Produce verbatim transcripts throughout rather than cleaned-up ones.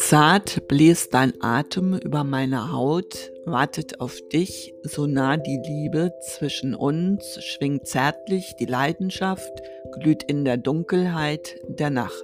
Zart bläst dein Atem über meine Haut, wartet auf dich, so nah die Liebe zwischen uns, schwingt zärtlich die Leidenschaft, glüht in der Dunkelheit der Nacht.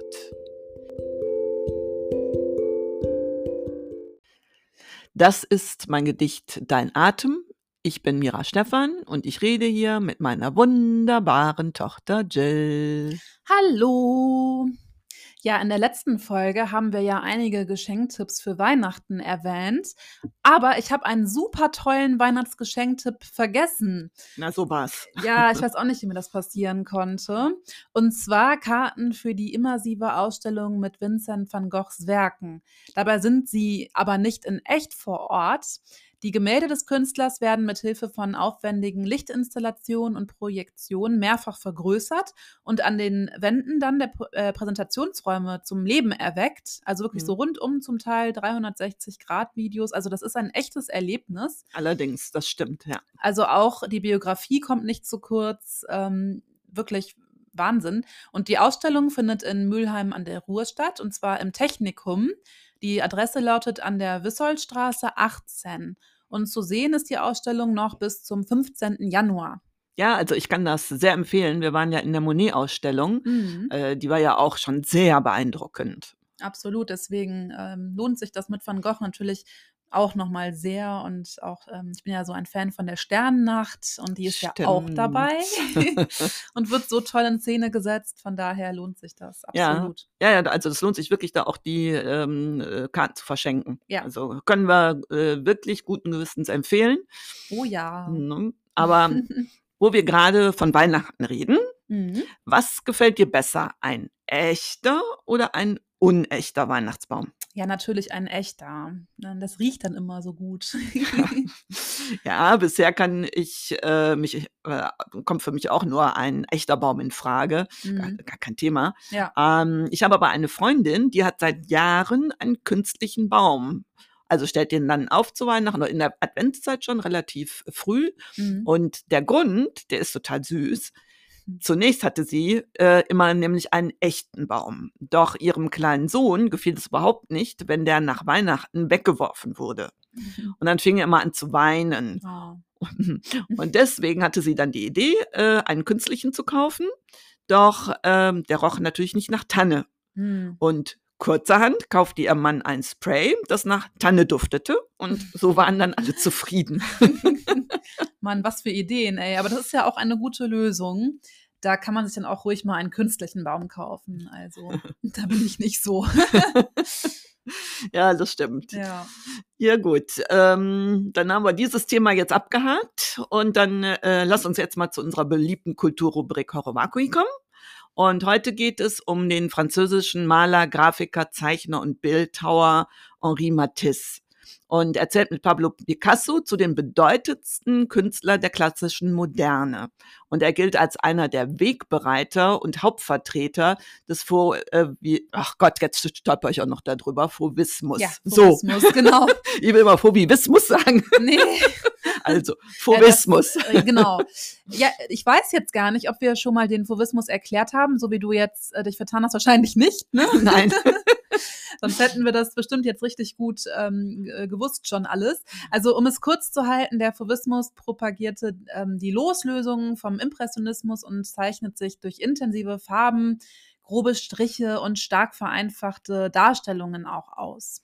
Das ist mein Gedicht Dein Atem. Ich bin Mira Stephan und ich rede hier mit meiner wunderbaren Tochter Jill. Hallo! Ja, in der letzten Folge haben wir ja einige Geschenktipps für Weihnachten erwähnt, aber ich habe einen super tollen Weihnachtsgeschenktipp vergessen. Na, so war's. Ja, ich weiß auch nicht, wie mir das passieren konnte. Und zwar Karten für die immersive Ausstellung mit Vincent van Goghs Werken. Dabei sind sie aber nicht in echt vor Ort. Die Gemälde des Künstlers werden mit Hilfe von aufwendigen Lichtinstallationen und Projektionen mehrfach vergrößert und an den Wänden dann der äh, Präsentationsräume zum Leben erweckt. Also wirklich Mhm. so rundum zum Teil dreihundertsechzig Grad Videos. Also das ist ein echtes Erlebnis. Allerdings, das stimmt, ja. Also auch die Biografie kommt nicht zu kurz. Ähm, wirklich Wahnsinn. Und die Ausstellung findet in Mülheim an der Ruhr statt, und zwar im Technikum. Die Adresse lautet an der Wissoldstraße achtzehn. Und zu sehen ist die Ausstellung noch bis zum fünfzehnten Januar. Ja, also ich kann das sehr empfehlen. Wir waren ja in der Monet-Ausstellung. Mhm. Äh, die war ja auch schon sehr beeindruckend. Absolut, deswegen ähm, lohnt sich das mit Van Gogh natürlich auch nochmal sehr. Und auch, ähm, ich bin ja so ein Fan von der Sternennacht und die ist ja auch Stimmt. dabei und wird so toll in Szene gesetzt. Von daher lohnt sich das Ja, absolut. ja, ja, also das lohnt sich wirklich, da auch die ähm, äh, Karten zu verschenken. Ja. Also können wir äh, wirklich guten Gewissens empfehlen. Oh ja. Ne? Aber wo wir gerade von Weihnachten reden, Mhm. was gefällt dir besser? Ein echter oder ein unechter Weihnachtsbaum? Ja, natürlich ein echter. Ne, das riecht dann immer so gut. Ja, bisher kann ich äh, mich, äh, kommt für mich auch nur ein echter Baum in Frage. Gar, Mhm. gar kein Thema. Ja. Ähm, ich habe aber eine Freundin, die hat seit Jahren einen künstlichen Baum. Also stellt den dann auf zu Weihnachten oder in der Adventszeit schon relativ früh. Mhm. Und der Grund, der ist total süß. Zunächst hatte sie äh, immer nämlich einen echten Baum. Doch ihrem kleinen Sohn gefiel es überhaupt nicht, wenn der nach Weihnachten weggeworfen wurde. Und dann fing er immer an zu weinen. Oh. Und deswegen hatte sie dann die Idee, äh, einen künstlichen zu kaufen. Doch ähm, der roch natürlich nicht nach Tanne. Mhm. Und kurzerhand kaufte ihr Mann ein Spray, das nach Tanne duftete. Und so waren dann alle zufrieden. Mann, was für Ideen, ey. Aber das ist ja auch eine gute Lösung. Da kann man sich dann auch ruhig mal einen künstlichen Baum kaufen. Also, da bin ich nicht so. Ja, das stimmt. Ja. Ja gut, ähm, dann haben wir dieses Thema jetzt abgehakt und dann äh, lass uns jetzt mal zu unserer beliebten Kulturrubrik Horowakui kommen. Und heute geht es um den französischen Maler, Grafiker, Zeichner und Bildhauer Henri Matisse. Und er zählt mit Pablo Picasso zu den bedeutendsten Künstlern der klassischen Moderne. Und er gilt als einer der Wegbereiter und Hauptvertreter des Fau, äh, wie, ach Gott, jetzt stolper ich auch noch darüber, Fauvismus. Ja, so. Fauvismus, genau. Ich will mal Fauvismus sagen. Nee. Also, Fauvismus. Ja, das, äh, genau. Ja, ich weiß jetzt gar nicht, ob wir schon mal den Fauvismus erklärt haben, so wie du jetzt äh, dich vertan hast, wahrscheinlich nicht, ne? Nein. Sonst hätten wir das bestimmt jetzt richtig gut ähm, gewusst schon alles. Also um es kurz zu halten, der Fauvismus propagierte ähm, die Loslösung vom Impressionismus und zeichnet sich durch intensive Farben, grobe Striche und stark vereinfachte Darstellungen auch aus.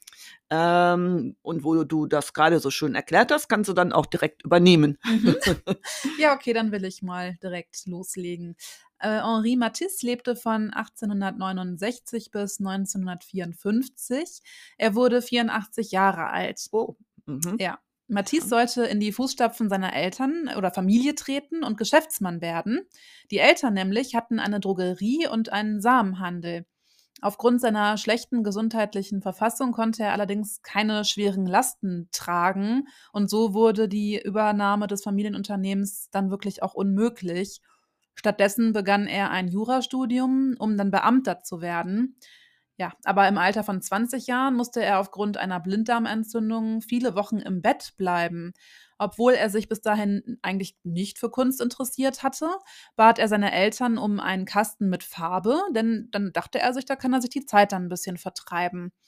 Ähm, und wo du das gerade so schön erklärt hast, kannst du dann auch direkt übernehmen. Mhm. Ja, okay, dann will ich mal direkt loslegen. Äh, Henri Matisse lebte von achtzehnhundertneunundsechzig bis neunzehnhundertvierundfünfzig. Er wurde vierundachtzig Jahre alt. Oh. Mhm. Ja. Matisse sollte in die Fußstapfen seiner Eltern oder Familie treten und Geschäftsmann werden. Die Eltern nämlich hatten eine Drogerie und einen Samenhandel. Aufgrund seiner schlechten gesundheitlichen Verfassung konnte er allerdings keine schweren Lasten tragen und so wurde die Übernahme des Familienunternehmens dann wirklich auch unmöglich. Stattdessen begann er ein Jurastudium, um dann Beamter zu werden. Ja, aber im Alter von zwanzig Jahren musste er aufgrund einer Blinddarmentzündung viele Wochen im Bett bleiben. Obwohl er sich bis dahin eigentlich nicht für Kunst interessiert hatte, bat er seine Eltern um einen Kasten mit Farbe, denn dann dachte er sich, da kann er sich die Zeit dann ein bisschen vertreiben.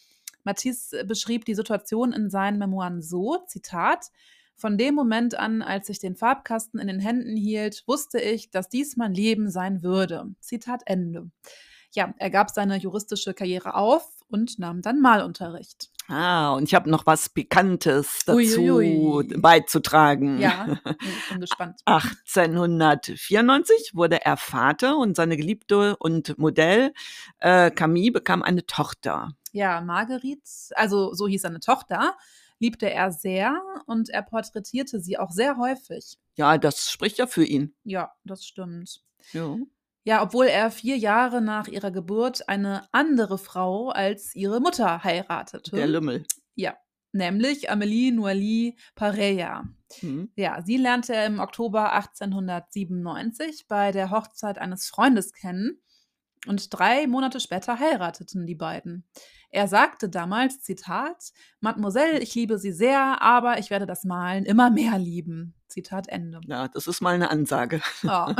Matisse beschrieb die Situation in seinen Memoiren so, Zitat: Von dem Moment an, als ich den Farbkasten in den Händen hielt, wusste ich, dass dies mein Leben sein würde. Zitat Ende. Ja, er gab seine juristische Karriere auf und nahm dann Malunterricht. Ah, und ich habe noch was Pikantes dazu Uiuiui. beizutragen. Ja, ich bin gespannt. achtzehnhundertvierundneunzig wurde er Vater und seine Geliebte und Modell äh, Camille bekam eine Tochter. Ja, Marguerite, also so hieß seine Tochter, liebte er sehr und er porträtierte sie auch sehr häufig. Ja, das spricht ja für ihn. Ja, das stimmt. Ja. Ja, obwohl er vier Jahre nach ihrer Geburt eine andere Frau als ihre Mutter heiratete. Der Lümmel. Ja, nämlich Amélie Noailly Pareja. Mhm. Ja, sie lernte er im Oktober achtzehnhundertsiebenundneunzig bei der Hochzeit eines Freundes kennen und drei Monate später heirateten die beiden. Er sagte damals, Zitat: Mademoiselle, ich liebe Sie sehr, aber ich werde das Malen immer mehr lieben. Zitat Ende. Ja, das ist mal eine Ansage. Ja.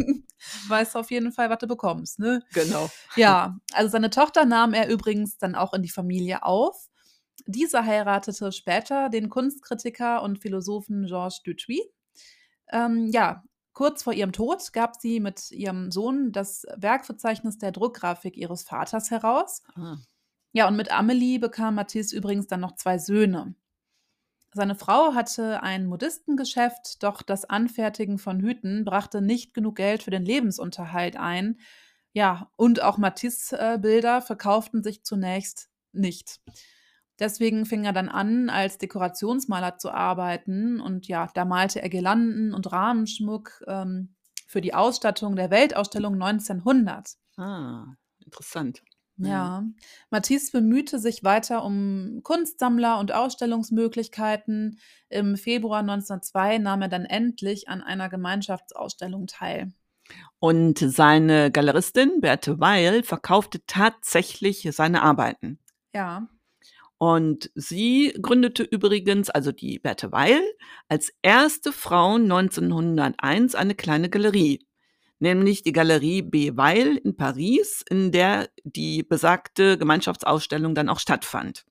Weißt auf jeden Fall, was du bekommst, ne? Genau. Ja, also seine Tochter nahm er übrigens dann auch in die Familie auf. Dieser heiratete später den Kunstkritiker und Philosophen Georges Dutuit. Ähm, ja, kurz vor ihrem Tod gab sie mit ihrem Sohn das Werkverzeichnis der Druckgrafik ihres Vaters heraus. Ah. Ja, und mit Amélie bekam Matisse übrigens dann noch zwei Söhne. Seine Frau hatte ein Modistengeschäft, doch das Anfertigen von Hüten brachte nicht genug Geld für den Lebensunterhalt ein. Ja, und auch Matisse-Bilder verkauften sich zunächst nicht. Deswegen fing er dann an, als Dekorationsmaler zu arbeiten und ja, da malte er Girlanden und Rahmenschmuck ähm, für die Ausstattung der Weltausstellung neunzehnhundert. Ah, interessant. Ja, Matisse bemühte sich weiter um Kunstsammler und Ausstellungsmöglichkeiten. Im Februar neunzehnhundertzwei nahm er dann endlich an einer Gemeinschaftsausstellung teil. Und seine Galeristin Berthe Weil verkaufte tatsächlich seine Arbeiten. Ja. Und sie gründete übrigens, also die Berthe Weil, als erste Frau neunzehnhunderteins eine kleine Galerie, nämlich die Galerie B. Weil in Paris, in der die besagte Gemeinschaftsausstellung dann auch stattfand.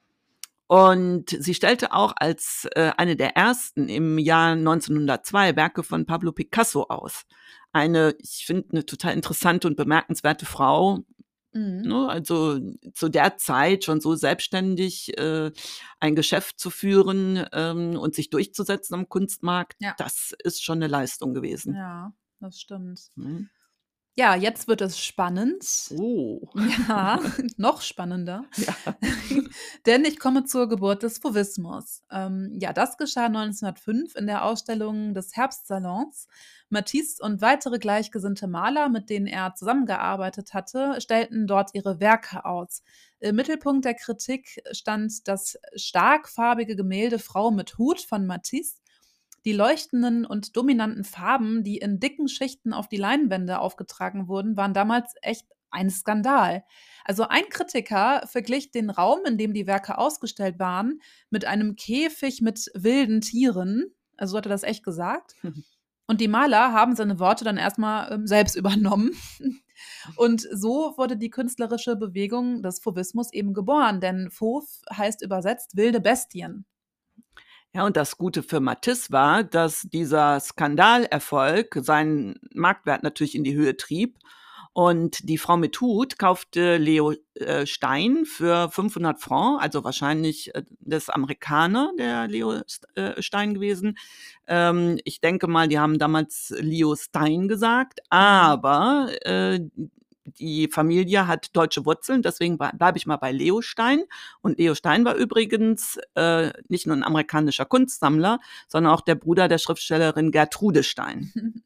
Und sie stellte auch als äh, eine der ersten im Jahr neunzehnhundertzwei Werke von Pablo Picasso aus. Eine, ich finde, eine total interessante und bemerkenswerte Frau, Mhm. ne, also zu der Zeit schon so selbstständig äh, ein Geschäft zu führen ähm, und sich durchzusetzen am Kunstmarkt, Ja. das ist schon eine Leistung gewesen. Ja, das stimmt. Mhm. Ja, jetzt wird es spannend. Oh. Ja, noch spannender. Ja. Denn ich komme zur Geburt des Fauvismus. Ähm, ja, das geschah neunzehnhundertfünf in der Ausstellung des Herbstsalons. Matisse und weitere gleichgesinnte Maler, mit denen er zusammengearbeitet hatte, stellten dort ihre Werke aus. Im Mittelpunkt der Kritik stand das stark farbige Gemälde Frau mit Hut von Matisse. Die leuchtenden und dominanten Farben, die in dicken Schichten auf die Leinwände aufgetragen wurden, waren damals echt ein Skandal. Also ein Kritiker verglich den Raum, in dem die Werke ausgestellt waren, mit einem Käfig mit wilden Tieren. Also so hat er das echt gesagt. Und die Maler haben seine Worte dann erstmal ähm, selbst übernommen. Und so wurde die künstlerische Bewegung des Fauvismus eben geboren, denn Fauve heißt übersetzt wilde Bestien. Ja, und das Gute für Matisse war, dass dieser Skandalerfolg seinen Marktwert natürlich in die Höhe trieb. Und die Frau mit Hut kaufte Leo äh, Stein für fünfhundert Francs, also wahrscheinlich äh, das Amerikaner, der Leo äh, Stein gewesen. Ähm, ich denke mal, die haben damals Leo Stein gesagt, aber äh, die Familie hat deutsche Wurzeln, deswegen bleibe ich mal bei Leo Stein. Und Leo Stein war übrigens äh, nicht nur ein amerikanischer Kunstsammler, sondern auch der Bruder der Schriftstellerin Gertrude Stein.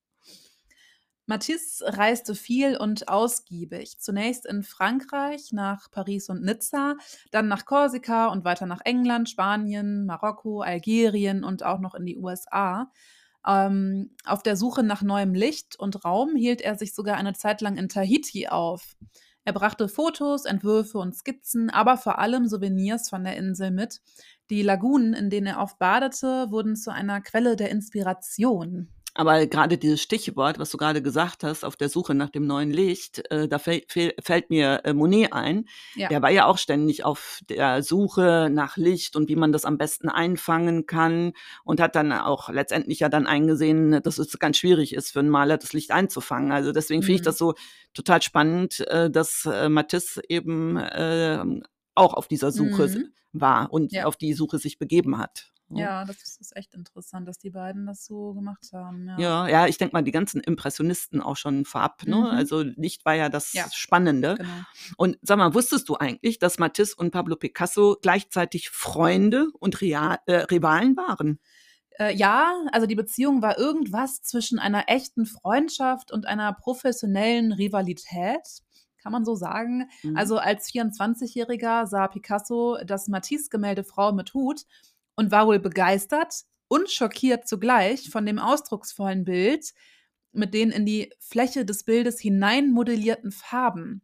Matisse reiste viel und ausgiebig. Zunächst in Frankreich, nach Paris und Nizza, dann nach Korsika und weiter nach England, Spanien, Marokko, Algerien und auch noch in die U S A. Ähm, auf der Suche nach neuem Licht und Raum hielt er sich sogar eine Zeit lang in Tahiti auf. Er brachte Fotos, Entwürfe und Skizzen, aber vor allem Souvenirs von der Insel mit. Die Lagunen, in denen er oft badete, wurden zu einer Quelle der Inspiration. Aber gerade dieses Stichwort, was du gerade gesagt hast, auf der Suche nach dem neuen Licht, äh, da fäll, fäll, fällt mir äh, Monet ein. Ja. Der war ja auch ständig auf der Suche nach Licht und wie man das am besten einfangen kann und hat dann auch letztendlich ja dann eingesehen, dass es ganz schwierig ist für einen Maler, das Licht einzufangen. Also deswegen finde ich Mhm. das so total spannend, äh, dass äh, Matisse eben äh, auch auf dieser Suche Mhm. war und Ja. auf die Suche sich begeben hat. Ja, das ist echt interessant, dass die beiden das so gemacht haben, ja. Ja, ja, ich denke mal, die ganzen Impressionisten auch schon vorab, ne? Mhm. Also Licht war ja das Ja, Spannende. genau. Und sag mal, wusstest du eigentlich, dass Matisse und Pablo Picasso gleichzeitig Freunde und Ria äh, Rivalen waren? Äh, ja, also die Beziehung war irgendwas zwischen einer echten Freundschaft und einer professionellen Rivalität, kann man so sagen. Mhm. Also als vierundzwanzigjähriger sah Picasso das Matisse-Gemälde Frau mit Hut und war wohl begeistert und schockiert zugleich von dem ausdrucksvollen Bild mit den in die Fläche des Bildes hineinmodellierten Farben.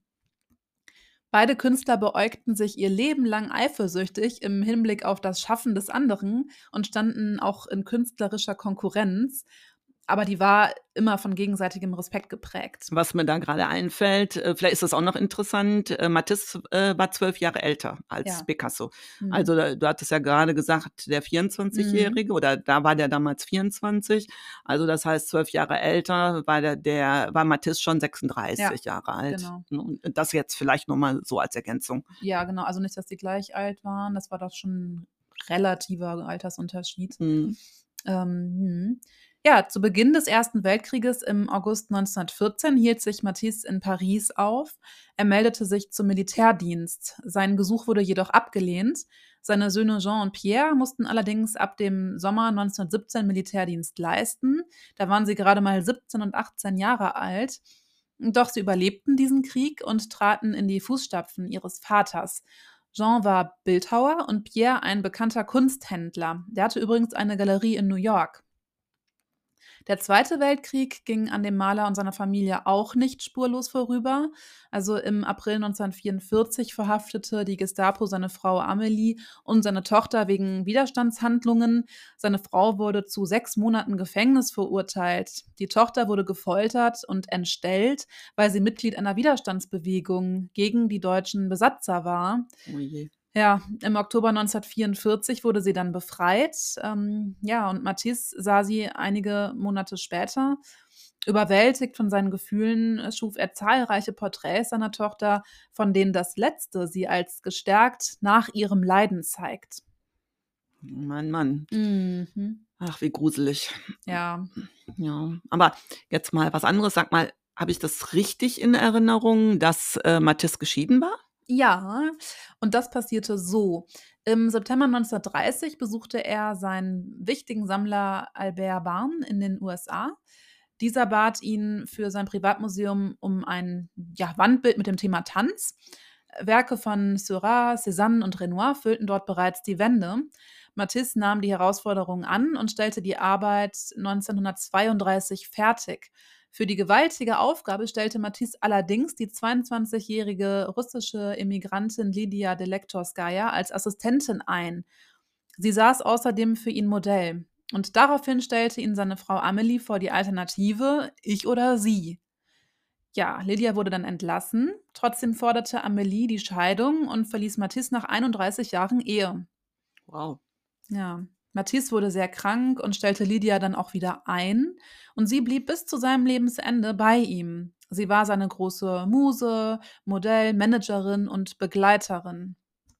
Beide Künstler beäugten sich ihr Leben lang eifersüchtig im Hinblick auf das Schaffen des anderen und standen auch in künstlerischer Konkurrenz, aber die war immer von gegenseitigem Respekt geprägt. Was mir da gerade einfällt, äh, vielleicht ist das auch noch interessant, äh, Matisse äh, war zwölf Jahre älter als Ja. Picasso. Mhm. Also da, du hattest ja gerade gesagt, der vierundzwanzigjährige Mhm. oder da war der damals vierundzwanzig. Also das heißt, zwölf Jahre älter war der, der war Matisse schon sechsunddreißig Ja, Jahre alt. genau. Und das jetzt vielleicht nochmal so als Ergänzung. Ja, genau. Also nicht, dass die gleich alt waren. Das war doch schon ein relativer Altersunterschied. Mhm. Ähm, hm. Ja, zu Beginn des Ersten Weltkrieges im August neunzehnhundertvierzehn hielt sich Matisse in Paris auf. Er meldete sich zum Militärdienst. Sein Gesuch wurde jedoch abgelehnt. Seine Söhne Jean und Pierre mussten allerdings ab dem Sommer neunzehnhundertsiebzehn Militärdienst leisten. Da waren sie gerade mal siebzehn und achtzehn Jahre alt. Doch sie überlebten diesen Krieg und traten in die Fußstapfen ihres Vaters. Jean war Bildhauer und Pierre ein bekannter Kunsthändler. Der hatte übrigens eine Galerie in New York. Der Zweite Weltkrieg ging an dem Maler und seiner Familie auch nicht spurlos vorüber. Also im April neunzehnhundertvierundvierzig verhaftete die Gestapo seine Frau Amelie und seine Tochter wegen Widerstandshandlungen. Seine Frau wurde zu sechs Monaten Gefängnis verurteilt. Die Tochter wurde gefoltert und entstellt, weil sie Mitglied einer Widerstandsbewegung gegen die deutschen Besatzer war. Oh je. Ja, im Oktober neunzehnhundertvierundvierzig wurde sie dann befreit. Ähm, ja, und Matisse sah sie einige Monate später. Überwältigt von seinen Gefühlen äh, schuf er zahlreiche Porträts seiner Tochter, von denen das letzte sie als gestärkt nach ihrem Leiden zeigt. Mann, Mann. Mhm. Ach, wie gruselig. Ja. Ja, aber jetzt mal was anderes. Sag mal, habe ich das richtig in Erinnerung, dass äh, Matisse geschieden war? Ja, und das passierte so. Im September neunzehnhundertdreißig besuchte er seinen wichtigen Sammler Albert Barn in den U S A. Dieser bat ihn für sein Privatmuseum um ein ja, Wandbild mit dem Thema Tanz. Werke von Seurat, Cézanne und Renoir füllten dort bereits die Wände. Matisse nahm die Herausforderung an und stellte die Arbeit neunzehnhundertzweiunddreißig fertig. Für die gewaltige Aufgabe stellte Matisse allerdings die zweiundzwanzigjährige russische Emigrantin Lydia Delektorskaja als Assistentin ein. Sie saß außerdem für ihn Modell. Und daraufhin stellte ihn seine Frau Amelie vor die Alternative, ich oder sie. Ja, Lydia wurde dann entlassen. Trotzdem forderte Amelie die Scheidung und verließ Matisse nach einunddreißig Jahren Ehe. Wow. Ja, Matisse wurde sehr krank und stellte Lydia dann auch wieder ein. Und sie blieb bis zu seinem Lebensende bei ihm. Sie war seine große Muse, Modell, Managerin und Begleiterin.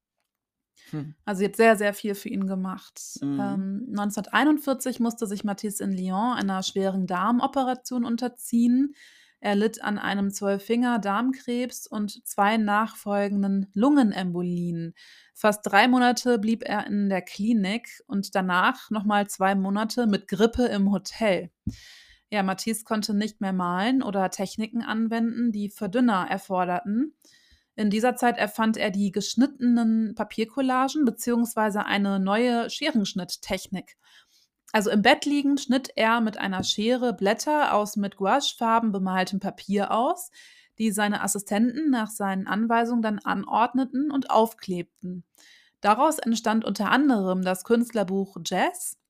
Hm. Also sie hat sehr, sehr viel für ihn gemacht. Mhm. Ähm, neunzehnhunderteinundvierzig musste sich Matisse in Lyon einer schweren Darmoperation unterziehen. Er litt an einem Zwölffinger-Darmkrebs und zwei nachfolgenden Lungenembolien. Fast drei Monate blieb er in der Klinik und danach nochmal zwei Monate mit Grippe im Hotel. Ja, Matisse konnte nicht mehr malen oder Techniken anwenden, die Verdünner erforderten. In dieser Zeit erfand er die geschnittenen Papiercollagen beziehungsweise eine neue Scherenschnitttechnik. Also im Bett liegend schnitt er mit einer Schere Blätter aus mit Gouachefarben bemaltem Papier aus, die seine Assistenten nach seinen Anweisungen dann anordneten und aufklebten. Daraus entstand unter anderem das Künstlerbuch Jazz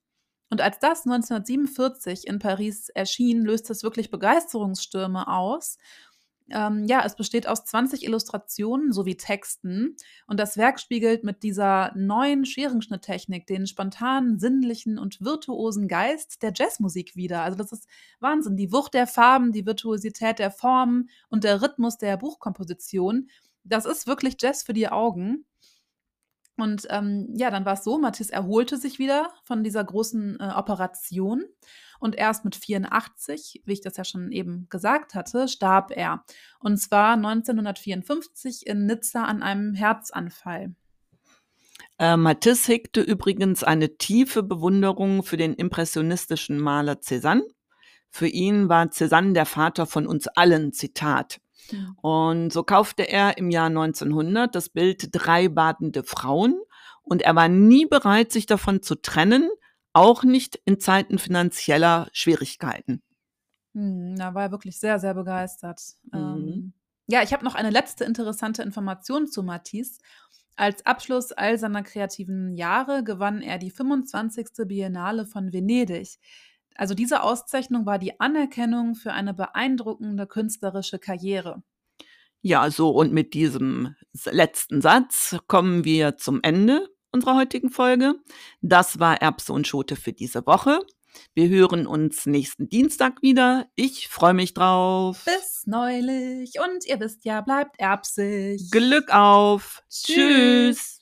Und als das neunzehnhundertsiebenundvierzig in Paris erschien, löste es wirklich Begeisterungsstürme aus. Ähm, ja, es besteht aus zwanzig Illustrationen sowie Texten und das Werk spiegelt mit dieser neuen Scherenschnitttechnik den spontanen, sinnlichen und virtuosen Geist der Jazzmusik wider. Also das ist Wahnsinn. Die Wucht der Farben, die Virtuosität der Formen und der Rhythmus der Buchkomposition, das ist wirklich Jazz für die Augen. Und ähm, ja, dann war es so, Matisse erholte sich wieder von dieser großen äh, Operation und erst mit vierundachtzig, wie ich das ja schon eben gesagt hatte, starb er. Und zwar neunzehnhundertvierundfünfzig in Nizza an einem Herzanfall. Äh, Matisse hegte übrigens eine tiefe Bewunderung für den impressionistischen Maler Cézanne. Für ihn war Cézanne der Vater von uns allen, Zitat. Hm. Und so kaufte er im Jahr neunzehnhundert das Bild Drei badende Frauen und er war nie bereit, sich davon zu trennen, auch nicht in Zeiten finanzieller Schwierigkeiten. Hm, da war er wirklich sehr, sehr begeistert. Mhm. Ähm, ja, ich habe noch eine letzte interessante Information zu Matisse. Als Abschluss all seiner kreativen Jahre gewann er die fünfundzwanzigste Biennale von Venedig. Also diese Auszeichnung war die Anerkennung für eine beeindruckende künstlerische Karriere. Ja, so und mit diesem letzten Satz kommen wir zum Ende unserer heutigen Folge. Das war Erbse und Schote für diese Woche. Wir hören uns nächsten Dienstag wieder. Ich freue mich drauf. Bis neulich und ihr wisst ja, bleibt erbsig. Glück auf. Tschüss. Tschüss.